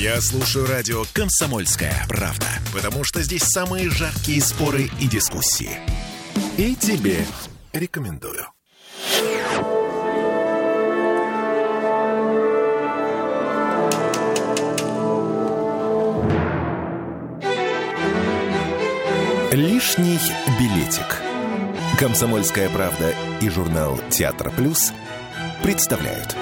Я слушаю радио «Комсомольская правда», потому что здесь самые жаркие споры и дискуссии. И тебе рекомендую. Лишний билетик. «Комсомольская правда» и журнал «Театр Плюс» представляют.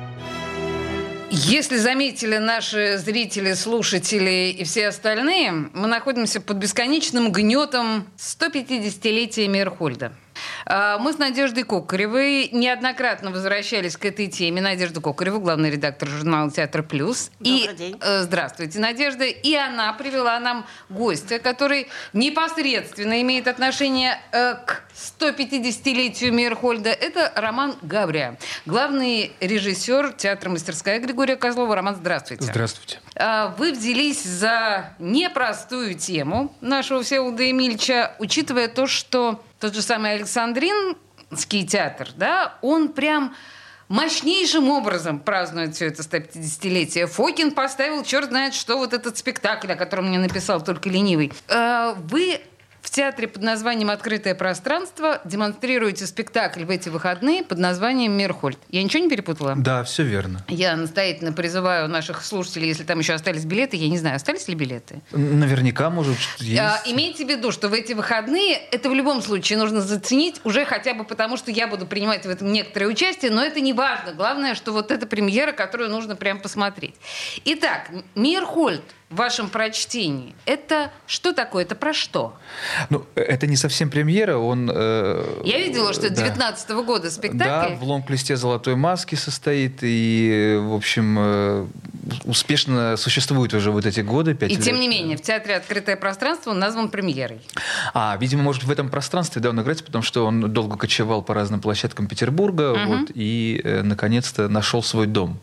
Если заметили наши зрители, слушатели и все остальные, мы находимся под бесконечным гнетом 150-летия Мейерхольда. Мы с Надеждой Кокоревой неоднократно возвращались к этой теме. Надежда Кокарева, главный редактор журнала «Театр Плюс». Добрый день. Здравствуйте, Надежда. И она привела нам гостя, который непосредственно имеет отношение к 150-летию Мейерхольда. Это Роман Габрия, главный режиссер театра «Мастерская» Григория Козлова. Роман, здравствуйте. Здравствуйте. Вы взялись за непростую тему нашего Всеволода Емельча, учитывая то, что тот же самый Александринский театр, да, он прям мощнейшим образом празднует все это 150-летие. Фокин поставил черт знает что, вот этот спектакль, о котором мне написал только ленивый. Вы в театре под названием «Открытое пространство» демонстрируете спектакль в эти выходные под названием «Мейерхольд». Я ничего не перепутала? Да, все верно. Я настоятельно призываю наших слушателей, если там еще остались билеты, я не знаю, остались ли билеты? Наверняка, может, есть. Имейте в виду, что в эти выходные это в любом случае нужно заценить, уже хотя бы потому, что я буду принимать в этом некоторое участие, но это не важно. Главное, что вот эта премьера, которую нужно прям посмотреть. Итак, «Мейерхольд» в вашем прочтении, это что такое? Это про что? Ну, это не совсем премьера, он... Я видела, что это 19-го года спектакль. Да, в лонг-листе «Золотой маски» состоит, и, в общем, успешно существует уже вот эти годы, 5 лет. И тем не менее, в театре «Открытое пространство» он назван премьерой. Видимо, может, в этом пространстве, да, он играется, потому что он долго кочевал по разным площадкам Петербурга, вот, и, наконец-то, нашел свой дом.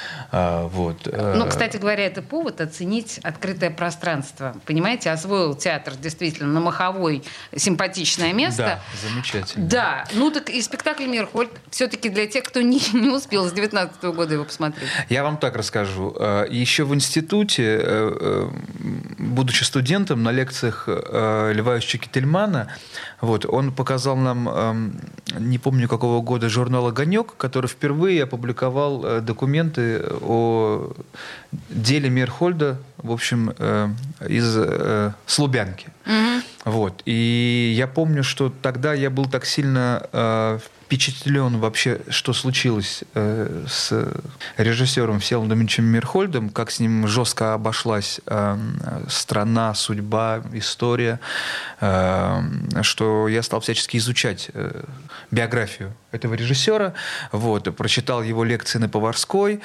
Ну, кстати говоря, это повод оценить «Открытое пространство». Понимаете, освоил театр действительно на Маховой симпатичное место. Да, замечательно. Да, ну так и спектакль «Мейерхольд» все-таки для тех, кто не успел с 19-го года его посмотреть. Я вам так расскажу. Еще в институте, будучи студентом, на лекциях Льва Ильича Кительмана, вот, он показал нам, не помню какого года, журнал «Огонек», который впервые опубликовал документы о деле Мейерхольда, в общем, из Слубянки. Вот. И я помню, что тогда я был так сильно впечатлен вообще, что случилось с режиссером Всеволодом Ильичем Мейерхольдом, как с ним жестко обошлась страна, судьба, история, что я стал всячески изучать биографию этого режиссера, вот, прочитал его лекции на Поварской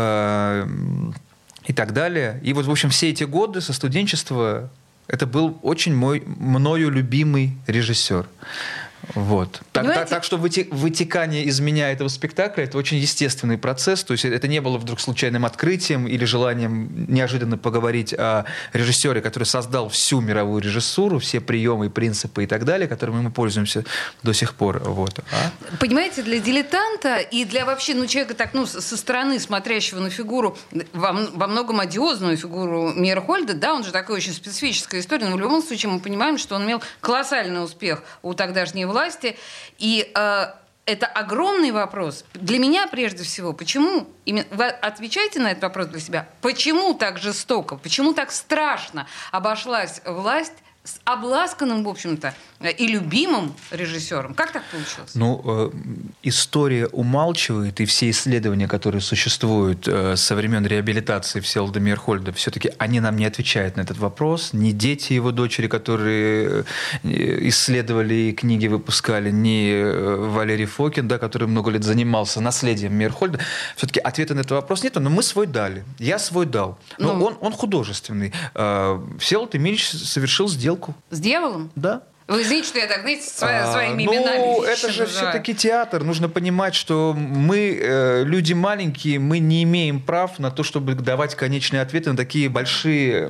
и так далее. И вот, в общем, все эти годы со студенчества это был очень мною любимый режиссер. Вот. Так что вытекание из меня этого спектакля — это очень естественный процесс. То есть это не было вдруг случайным открытием или желанием неожиданно поговорить о режиссере, который создал всю мировую режиссуру, все приемы, принципы и так далее, которыми мы пользуемся до сих пор. Вот. Понимаете, для дилетанта и для вообще человека так, со стороны смотрящего на фигуру, во многом одиозную фигуру Мейерхольда, да, он же такая очень специфическая история, но в любом случае мы понимаем, что он имел колоссальный успех у тогдашней власти. И это огромный вопрос. Для меня, прежде всего, почему... Вы отвечаете на этот вопрос для себя. Почему так жестоко, почему так страшно обошлась власть с обласканным, в общем-то, и любимым режиссером? Как так получилось? Ну, история умалчивает, и все исследования, которые существуют со времен реабилитации Всеволода Мейерхольда, все-таки они нам не отвечают на этот вопрос. Ни дети его дочери, которые исследовали и книги выпускали, ни Валерий Фокин, да, который много лет занимался наследием Мейерхольда. Все-таки ответа на этот вопрос нет, но мы свой дали. Я свой дал. Но он художественный. Всеволод Емельч совершил сделку. С дьяволом? Да. Вы извините, что я так, знаете, своими именами. Это же все-таки театр. Нужно понимать, что мы, люди маленькие, мы не имеем прав на то, чтобы давать конечные ответы на такие большие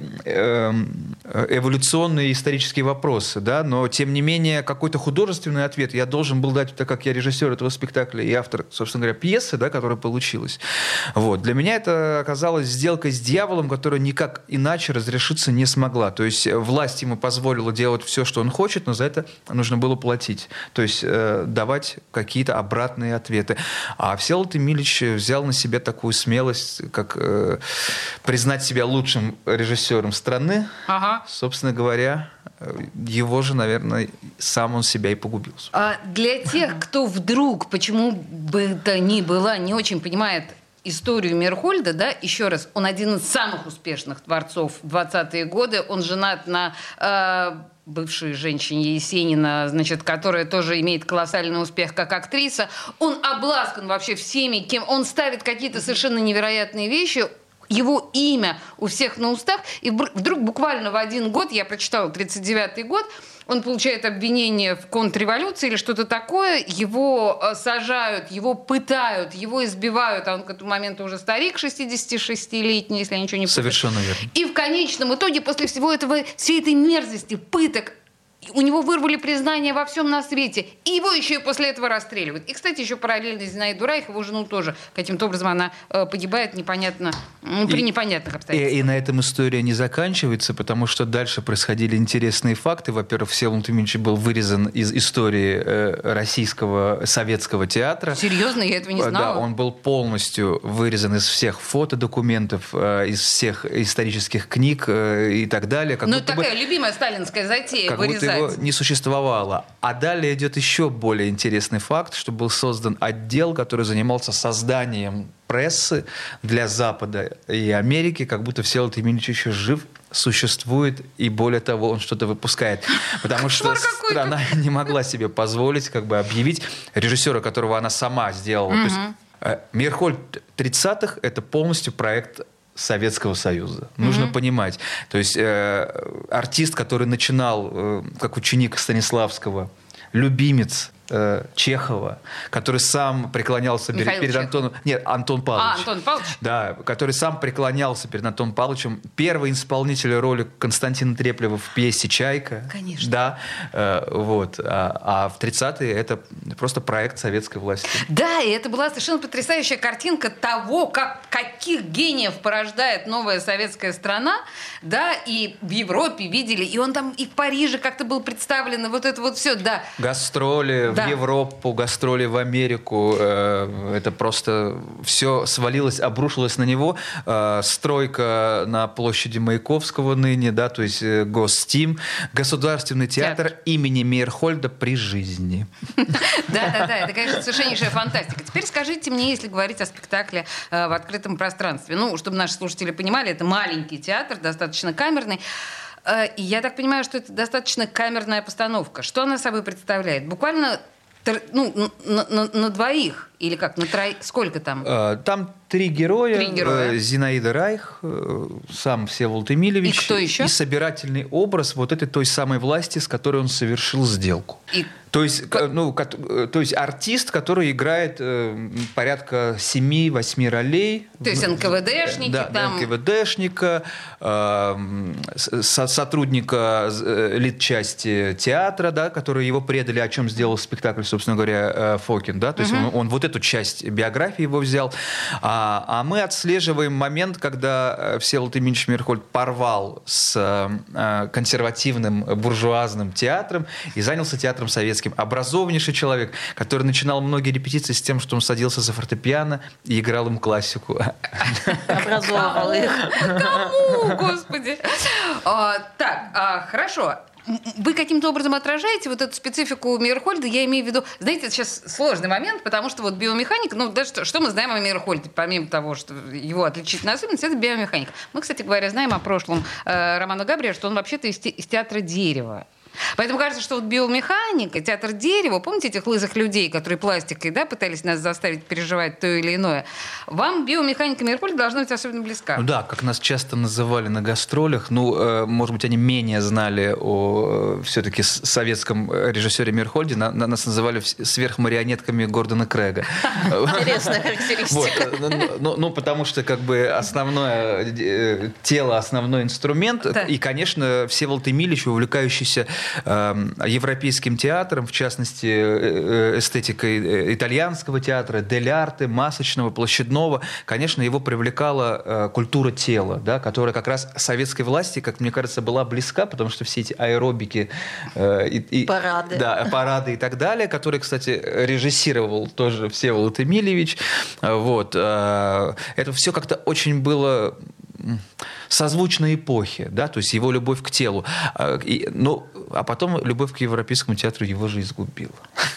эволюционные исторические вопросы. Да? Но, тем не менее, какой-то художественный ответ я должен был дать, так как я режиссер этого спектакля и автор, собственно говоря, пьесы, да, которая получилась. Вот. Для меня это оказалось сделкой с дьяволом, которая никак иначе разрешиться не смогла. То есть власть ему позволила делать все, что он хочет, но за это нужно было платить. То есть давать какие-то обратные ответы. А Всеволод Эмильевич взял на себя такую смелость, как признать себя лучшим режиссером страны. Ага. Собственно говоря, его же, наверное, сам он себя и погубил. А для тех, кто вдруг, почему бы то ни было, не очень понимает историю Мейерхольда, да, еще раз, он один из самых успешных творцов 20-е годы, он женат на бывшей женщине Есенина, значит, которая тоже имеет колоссальный успех как актриса. Он обласкан вообще всеми, кем он ставит какие-то совершенно невероятные вещи. Его имя у всех на устах. И вдруг буквально в один год, я прочитала 1939 год, он получает обвинение в контрреволюции или что-то такое, его сажают, его пытают, его избивают, а он к этому моменту уже старик, 66-летний, если я ничего не путаю. Совершенно верно. И в конечном итоге, после всего этого, всей этой мерзости, пыток, у него вырвали признание во всем на свете. И его еще и после этого расстреливают. И, кстати, еще параллельно Зинаиду Райх, его жену тоже. Каким-то образом она погибает непонятно, при непонятных обстоятельствах. И на этом история не заканчивается, потому что дальше происходили интересные факты. Во-первых, Всеволод Эмильевич был вырезан из истории российского советского театра. Серьезно? Я этого не знала. Да, он был полностью вырезан из всех фотодокументов, из всех исторических книг и так далее. Ну, это такая любимая сталинская затея, вырезать. Его не существовало. А далее идет еще более интересный факт, что был создан отдел, который занимался созданием прессы для Запада и Америки, как будто Всеволод Эмильевич еще жив, существует, и более того, он что-то выпускает. Потому что страна не могла себе позволить объявить режиссера, которого она сама сделала. То есть Мейерхольд 30-х — это полностью проект Советского Союза. Нужно понимать. То есть артист, который начинал как ученик Станиславского, любимец Чехова, который сам преклонялся перед Антоном... Нет, Антон Павлович. Антон Павлович? Да, который сам преклонялся перед Антоном Павловичем. Первый исполнитель роли Константина Треплева в пьесе «Чайка». Конечно. Да, вот. А в 30-е это просто проект советской власти. Да, и это была совершенно потрясающая картинка того, каких гениев порождает новая советская страна, да, и в Европе видели, и он там и в Париже как-то был представлен, и вот это вот все, да. Гастроли в Европу, гастроли в Америку. Это просто все свалилось, обрушилось на него. Стройка на площади Маяковского ныне, да, то есть Гостим, Государственный театр имени Мейерхольда при жизни. Да, это, конечно, совершеннейшая фантастика. Теперь скажите мне, если говорить о спектакле в открытом пространстве, ну, чтобы наши слушатели понимали, это маленький театр, достаточно камерный. И я так понимаю, что это достаточно камерная постановка. Что она собой представляет? Буквально на двоих? Или как? На троих? Сколько там? Там три героя. Зинаида Райх, сам Всеволод Эмильевич. И кто еще? И собирательный образ вот этой той самой власти, с которой он совершил сделку. То есть артист, который играет порядка 7-8 ролей. То есть НКВДшники там. НКВДшника, сотрудника литчасти театра, да, которые его предали, о чем сделал спектакль, собственно говоря, Фокин. Да? То есть он вот эту часть биографии его взял. А мы отслеживаем момент, когда Всеволод Эмильевич Мейерхольд порвал с консервативным буржуазным театром и занялся театром советским. Образованнейший человек, который начинал многие репетиции с тем, что он садился за фортепиано и играл им классику. Образовывал их. Кому, господи? Так, хорошо. Вы каким-то образом отражаете вот эту специфику Мейерхольда? Я имею в виду, знаете, это сейчас сложный момент, потому что вот биомеханика, ну, да, что мы знаем о Мейерхольде, помимо того, что его отличительная особенность, это биомеханика. Мы, кстати говоря, знаем о прошлом Романа Габрия, что он вообще-то из театра дерева. Поэтому кажется, что вот биомеханика, театр дерева, помните этих лысых людей, которые пластикой, да, пытались нас заставить переживать то или иное? Вам биомеханика Мейерхольда должна быть особенно близка. Ну да, как нас часто называли на гастролях, может быть, они менее знали о все-таки советском режиссере Мейерхольде, нас называли сверхмарионетками Гордона Крэга. Интересная характеристика. Потому что как бы основное тело, основной инструмент, и, конечно, Всеволод Эмильевич, увлекающийся европейским театром, в частности, эстетикой итальянского театра, дель-арте, масочного, площадного, конечно, его привлекала культура тела, да, которая как раз советской власти, как мне кажется, была близка, потому что все эти аэробики, парады. Да, парады и так далее, которые, кстати, режиссировал тоже Всеволод Эмильевич. Вот. Это все как-то очень было созвучно эпохе, да, то есть его любовь к телу. А потом любовь к европейскому театру его же изгубила.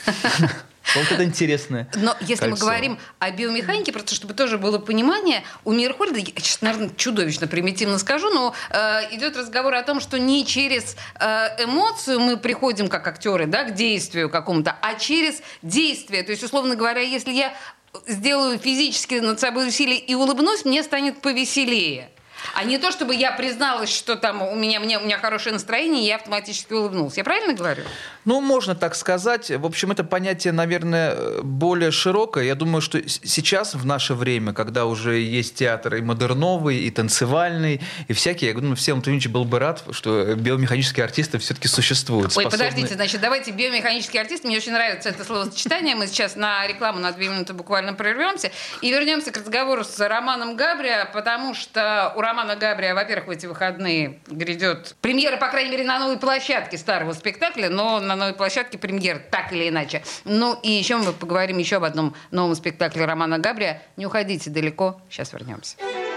Вот это интересное. Но если мы говорим о биомеханике, просто чтобы тоже было понимание, у Мейерхольда, я сейчас, наверное, чудовищно примитивно скажу, но идет разговор о том, что не через эмоцию мы приходим как актеры, да, к действию какому-то, а через действие. То есть, условно говоря, если я сделаю физически над собой усилие и улыбнусь, мне станет повеселее. А не то, чтобы я призналась, что там у меня хорошее настроение, и я автоматически улыбнулась. Я правильно говорю? Ну, можно так сказать. В общем, это понятие, наверное, более широкое. Я думаю, что сейчас, в наше время, когда уже есть театр и модерновый, и танцевальный, и всякие, я думаю, Всеволод Ильич был бы рад, что биомеханические артисты все-таки существуют. Ой, подождите, значит, давайте биомеханические артисты. Мне очень нравится это словосочетание. Мы сейчас на рекламу на 2 минуты буквально прервемся и вернемся к разговору с Романом Габриа, потому что у Романа Габриа, во-первых, в эти выходные грядет премьера, по крайней мере, на новой площадке старого спектакля, но на новой площадке премьер, так или иначе. Ну и еще мы поговорим еще об одном новом спектакле Романа Габриа. Не уходите далеко, сейчас вернемся.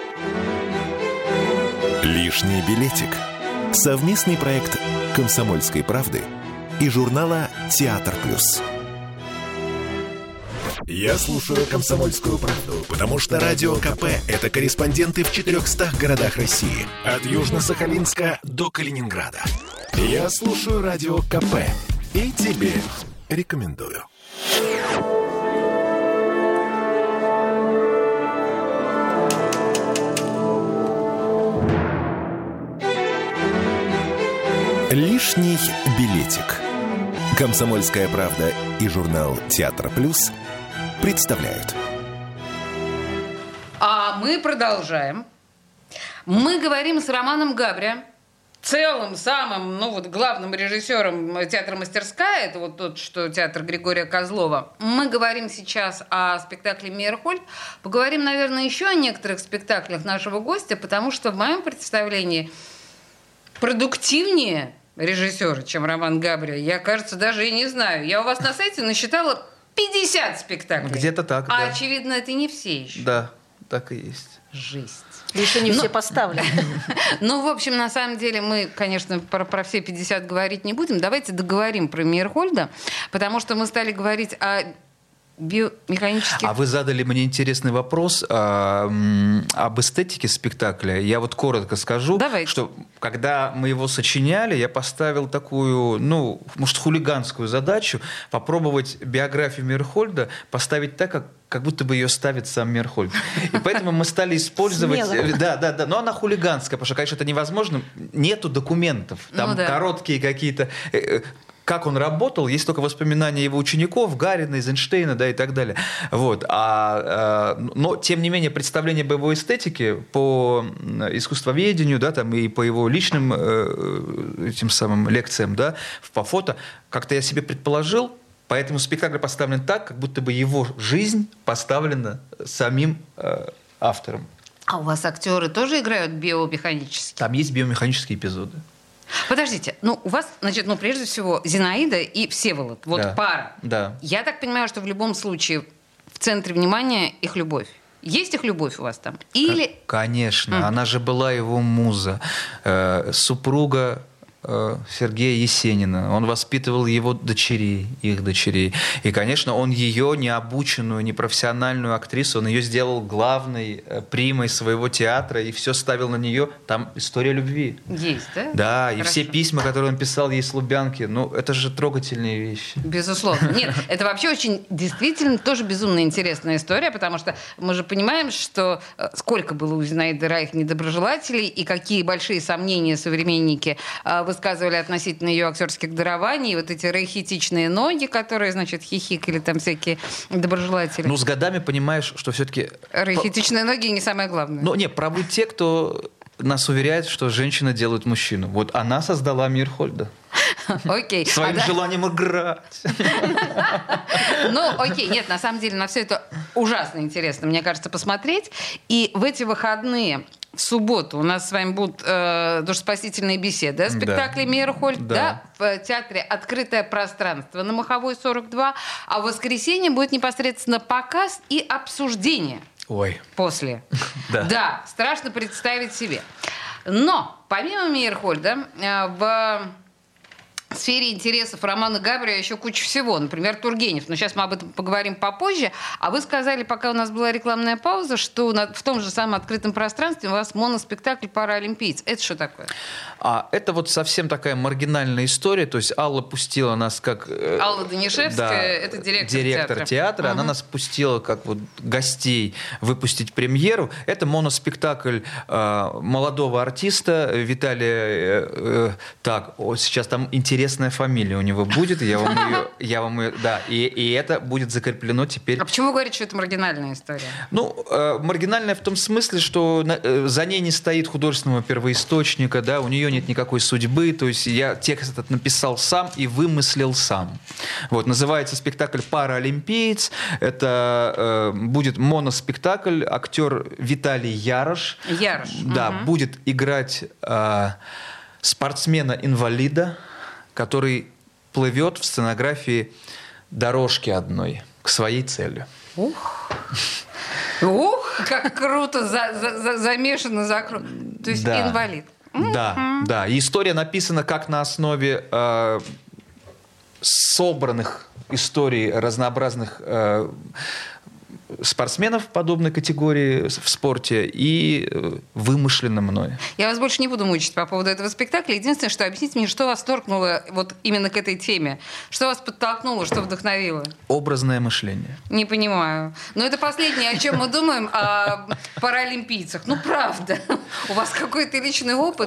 Лишний билетик. Совместный проект «Комсомольской правды» и журнала «Театр Плюс». Я слушаю «Комсомольскую правду», потому что Радио КП – это корреспонденты в 400 городах России. От Южно-Сахалинска до Калининграда. Я слушаю Радио КП и тебе рекомендую. Лишний билетик. «Комсомольская правда» и журнал «Театр Плюс» представляют. А мы продолжаем. Мы говорим с Романом Габриа, целым самым, главным режиссером театра «Мастерская», это вот тот, что театр Григория Козлова. Мы говорим сейчас о спектакле «Мейерхольд». Поговорим, наверное, еще о некоторых спектаклях нашего гостя, потому что в моем представлении продуктивнее режиссера, чем Роман Габриа, я, кажется, даже и не знаю. Я у вас на сайте насчитала 50 спектаклей. Где-то так, да. А, очевидно, это не все еще. Да, так и есть. Жесть. Еще не все поставлены. В общем, на самом деле, мы, конечно, про все 50 говорить не будем. Давайте договорим про Мейерхольда, потому что мы стали говорить о биомеханических... А вы задали мне интересный вопрос об эстетике спектакля. Я вот коротко скажу, что когда мы его сочиняли, я поставил такую, может, хулиганскую задачу попробовать биографию Мейерхольда поставить так, как будто бы ее ставит сам Мейерхольд. И поэтому мы стали использовать... Смело. Да, но она хулиганская, потому что, конечно, это невозможно. Нету документов. Там короткие какие-то... Как он работал, есть только воспоминания его учеников, Гарина, Эйзенштейна, да, и так далее. Вот. Но, тем не менее, представление об его эстетике по искусствоведению, да, там, и по его личным этим самым лекциям, да, по фото, как-то я себе предположил, поэтому спектакль поставлен так, как будто бы его жизнь поставлена самим автором. А у вас актеры тоже играют биомеханически? Там есть биомеханические эпизоды. Подождите, у вас, значит, прежде всего, Зинаида и Всеволод, пара. Да. Я так понимаю, что в любом случае в центре внимания их любовь. Есть их любовь у вас там? Или... Конечно, она же была его муза, супруга Сергея Есенина. Он воспитывал его дочерей, их дочерей. И, конечно, он ее необученную, непрофессиональную актрису, он ее сделал главной примой своего театра и все ставил на нее. Там история любви. Есть, да? Да, Хорошо. И все письма, которые он писал ей с Лубянки, это же трогательные вещи. Безусловно. Нет, это вообще очень, действительно, тоже безумно интересная история, потому что мы же понимаем, что сколько было у Зинаиды Райх недоброжелателей и какие большие сомнения современники высказывали относительно ее актерских дарований, и вот эти рейхетичные ноги, которые, значит, хихикали там всякие доброжелатели. С годами понимаешь, что все-таки... Рейхетичные ноги не самое главное. Правы те, кто нас уверяет, что женщина делает мужчину. Вот она создала Мейерхольда. Окей. Своим желанием играть. Окей, нет, на самом деле на все это ужасно интересно, мне кажется, посмотреть. И в эти выходные в субботу у нас с вами будут душеспасительные беседы, спектакли Мейерхольд, в театре «Открытое пространство» на Маховой 42, а в воскресенье будет непосредственно показ и обсуждение. Ой. После. Да, страшно представить себе. Но помимо Мейерхольда в сфере интересов Романа Габрия еще куча всего. Например, Тургенев. Но сейчас мы об этом поговорим попозже. А вы сказали, пока у нас была рекламная пауза, что в том же самом открытом пространстве у вас моноспектакль «Паралимпиец». Это что такое? Это вот совсем такая маргинальная история. То есть Алла пустила нас как... Алла Данишевская, это директор театра. Она нас пустила как вот гостей выпустить премьеру. Это моноспектакль молодого артиста Виталия... сейчас там интересная фамилия у него будет, я вам ее, и это будет закреплено теперь. А почему вы говорите, что это маргинальная история? Маргинальная в том смысле, что за ней не стоит художественного первоисточника, у нее нет никакой судьбы, то есть я текст этот написал сам и вымыслил сам. Называется спектакль «Паралимпиец», это будет моноспектакль, актер Виталий Ярош. Будет играть спортсмена-инвалида, который плывет в сценографии дорожки одной к своей цели. Как круто замешано то есть инвалид. Да. И история написана как на основе собранных историй разнообразных спортсменов подобной категории в спорте и вымышленно мной. Я вас больше не буду мучить по поводу этого спектакля. Единственное, что объясните мне, что вас торкнуло вот именно к этой теме? Что вас подтолкнуло, что вдохновило? Образное мышление. Не понимаю. Но это последнее, о чем мы думаем, о паралимпийцах. Правда. У вас какой-то личный опыт?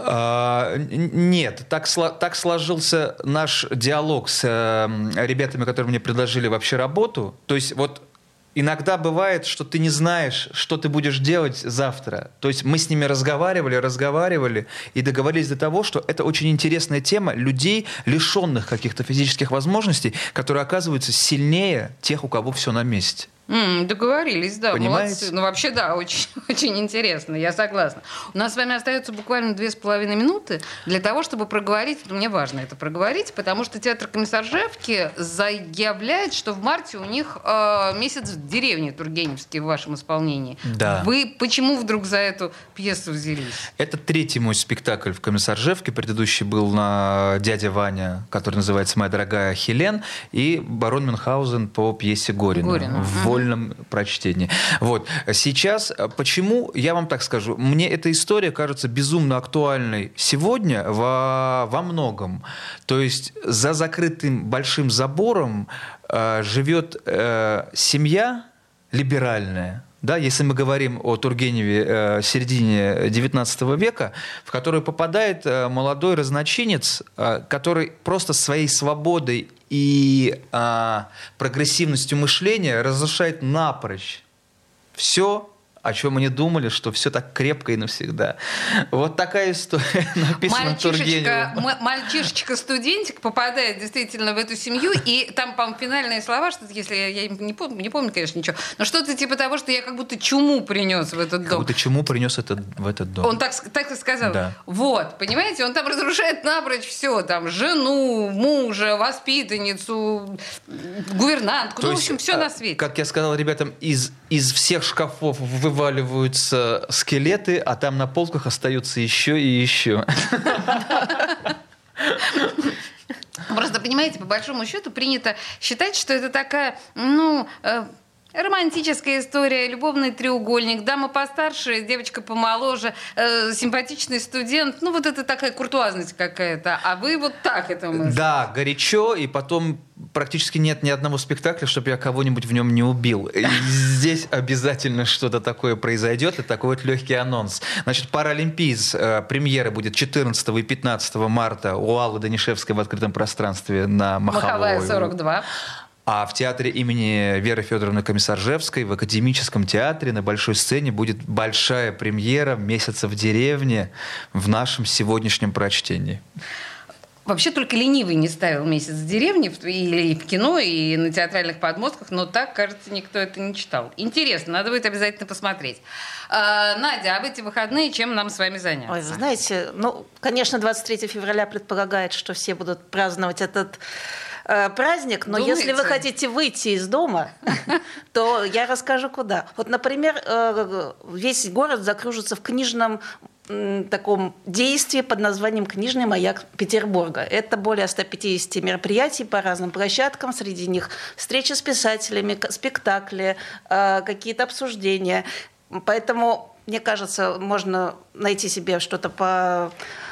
Нет. Так сложился наш диалог с ребятами, которые мне предложили вообще работу. То есть иногда бывает, что ты не знаешь, что ты будешь делать завтра. То есть мы с ними разговаривали и договорились до того, что это очень интересная тема людей, лишенных каких-то физических возможностей, которые оказываются сильнее тех, у кого все на месте. Договорились, да, понимаете? Молодцы. Вообще, да, очень, очень интересно, я согласна. У нас с вами остается буквально 2,5 минуты для того, чтобы проговорить, мне важно это проговорить, потому что театр Комиссаржевки заявляет, что в марте у них месяц в деревне Тургеневский в вашем исполнении. Да. Вы почему вдруг за эту пьесу взялись? Это третий мой спектакль в Комиссаржевке. Предыдущий был на «Дядя Ваня», который называется «Моя дорогая Хелен», и «Барон Мюнхгаузен» по пьесе Горина. В вольном прочтении. Сейчас, почему, я вам так скажу, мне эта история кажется безумно актуальной сегодня во многом. То есть за закрытым большим забором живет семья либеральная, если мы говорим о Тургеневе середине XIX века, в которую попадает молодой разночинец, который просто своей свободой и прогрессивностью мышления разрушает напрочь все, о чем мы не думали, что все так крепко и навсегда. Вот такая история написана Тургеневым. Мальчишечка-студентик попадает действительно в эту семью, и там, по-моему, финальные слова, что-то, если я не помню, конечно, ничего, но что-то типа того, что я как будто чуму принес в этот дом. Как будто чуму принес в этот дом. Он так и сказал. Да. Понимаете, он там разрушает напрочь все, там, жену, мужа, воспитанницу, гувернантку, в общем, все на свете. Как я сказал ребятам, из всех шкафов вываливаются скелеты, а там на полках остаются еще и еще. Просто, понимаете, по большому счету принято считать, что это такая, романтическая история, любовный треугольник, дама постарше, девочка помоложе, симпатичный студент. Вот это такая куртуазность какая-то. А вы вот так это мыслите? Да, горячо, и потом практически нет ни одного спектакля, чтобы я кого-нибудь в нем не убил. И здесь обязательно что-то такое произойдет, и такой вот легкий анонс. Значит, «Паралимпийц», премьера будет 14 и 15 марта у Аллы Данишевской в открытом пространстве на Маховой. Маховая, 42. А в театре имени Веры Федоровны Комиссаржевской, в Академическом театре, на большой сцене будет большая премьера «Месяца в деревне» в нашем сегодняшнем прочтении. Вообще только ленивый не ставил «Месяц в деревне» или в кино, и на театральных подмостках, но так, кажется, никто это не читал. Интересно, надо будет обязательно посмотреть. Надя, а в эти выходные чем нам с вами заняться? Ой, вы знаете, конечно, 23 февраля предполагает, что все будут праздновать этот праздник, но Думаете? Если вы хотите выйти из дома, то я расскажу, куда. Вот, например, весь город закружится в книжном таком действии под названием «Книжный маяк Петербурга». Это более 150 мероприятий по разным площадкам, среди них встречи с писателями, спектакли, какие-то обсуждения. Поэтому, мне кажется, можно найти себе что-то по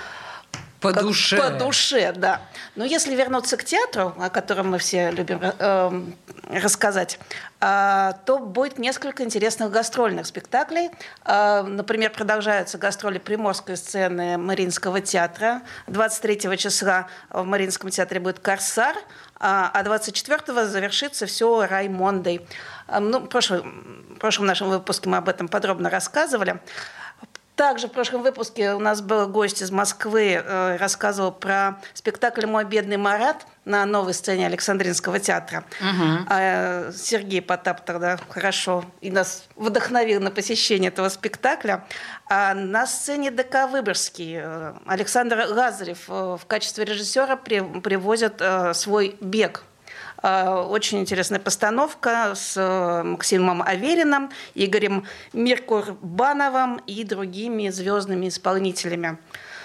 душе. По душе, да. Но если вернуться к театру, о котором мы все любим рассказать, то будет несколько интересных гастрольных спектаклей. Например, продолжаются гастроли приморской сцены Мариинского театра. 23 числа в Мариинском театре будет «Корсар», а 24-го завершится все «Раймондой». В прошлом нашем выпуске мы об этом подробно рассказывали. Также в прошлом выпуске у нас был гость из Москвы, рассказывал про спектакль «Мой бедный Марат» на новой сцене Александринского театра. Сергей Потап тогда хорошо и нас вдохновил на посещение этого спектакля. А на сцене ДК «Выборгский» Александр Лазарев в качестве режиссера привозит свой «Бег». Очень интересная постановка с Максимом Авериным, Игорем Миркурбановым и другими звездными исполнителями.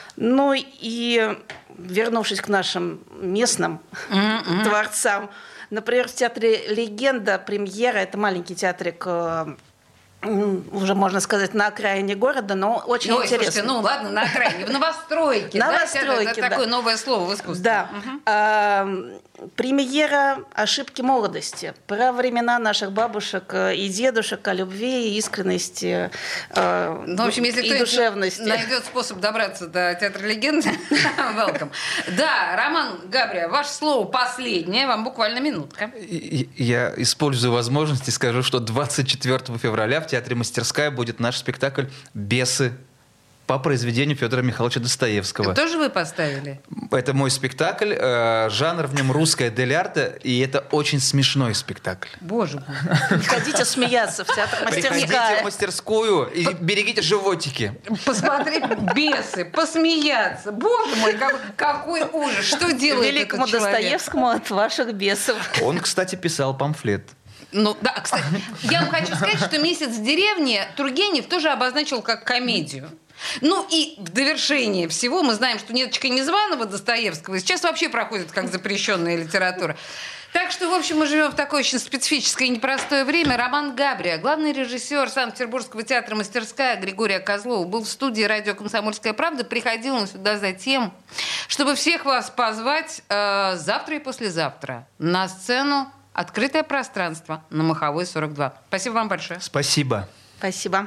И вернувшись к нашим местным творцам, например, в театре «Легенда» премьера, это маленький театрик, уже, можно сказать, на окраине города, но очень интересно. Слушайте, ладно, на окраине, в новостройке. Новостройке, это такое новое слово в искусстве. Да. Премьера «Ошибки молодости». Про времена наших бабушек и дедушек, о любви, искренности в общем, если и душевности. Найдет способ добраться до театра «Легенды», welcome. Да, Роман Габрия, ваше слово последнее, вам буквально минутка. Я использую возможность и скажу, что 24 февраля в театре «Мастерская» будет наш спектакль «Бесы» по произведению Федора Михайловича Достоевского. Это тоже вы поставили? Это мой спектакль. Жанр в нем русская дель-арте, и это очень смешной спектакль. Боже мой. Приходите смеяться в театр «Мастерская». Приходите в «Мастерскую» и берегите животики. Посмотреть «Бесы», посмеяться. Боже мой, какой ужас. Что делает Великому этот человек? Достоевскому от ваших бесов. Он, кстати, писал памфлет. Да, кстати, я вам хочу сказать, что «Месяц в деревне» Тургенев тоже обозначил как комедию. И в довершение всего мы знаем, что «Неточка Незваного» Достоевского сейчас вообще проходит как запрещенная литература. Так что, в общем, мы живем в такое очень специфическое и непростое время. Роман Габрия, главный режиссер Санкт-Петербургского театра «Мастерская» Григория Козлова, был в студии радио «Комсомольская правда». Приходил он сюда за тем, чтобы всех вас позвать завтра и послезавтра на сцену «Открытое пространство» на Маховой, 42. Спасибо вам большое. Спасибо. Спасибо.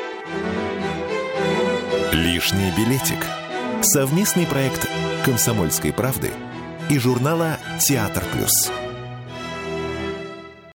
«Лишний билетик». Совместный проект «Комсомольской правды» и журнала «Театр+».